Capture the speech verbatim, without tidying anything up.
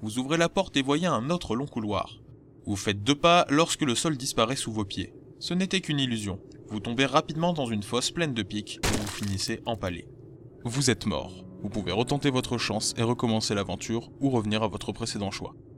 Vous ouvrez la porte et voyez un autre long couloir. Vous faites deux pas lorsque le sol disparaît sous vos pieds. Ce n'était qu'une illusion. Vous tombez rapidement dans une fosse pleine de pics et vous finissez empalé. Vous êtes mort. Vous pouvez retenter votre chance et recommencer l'aventure ou revenir à votre précédent choix.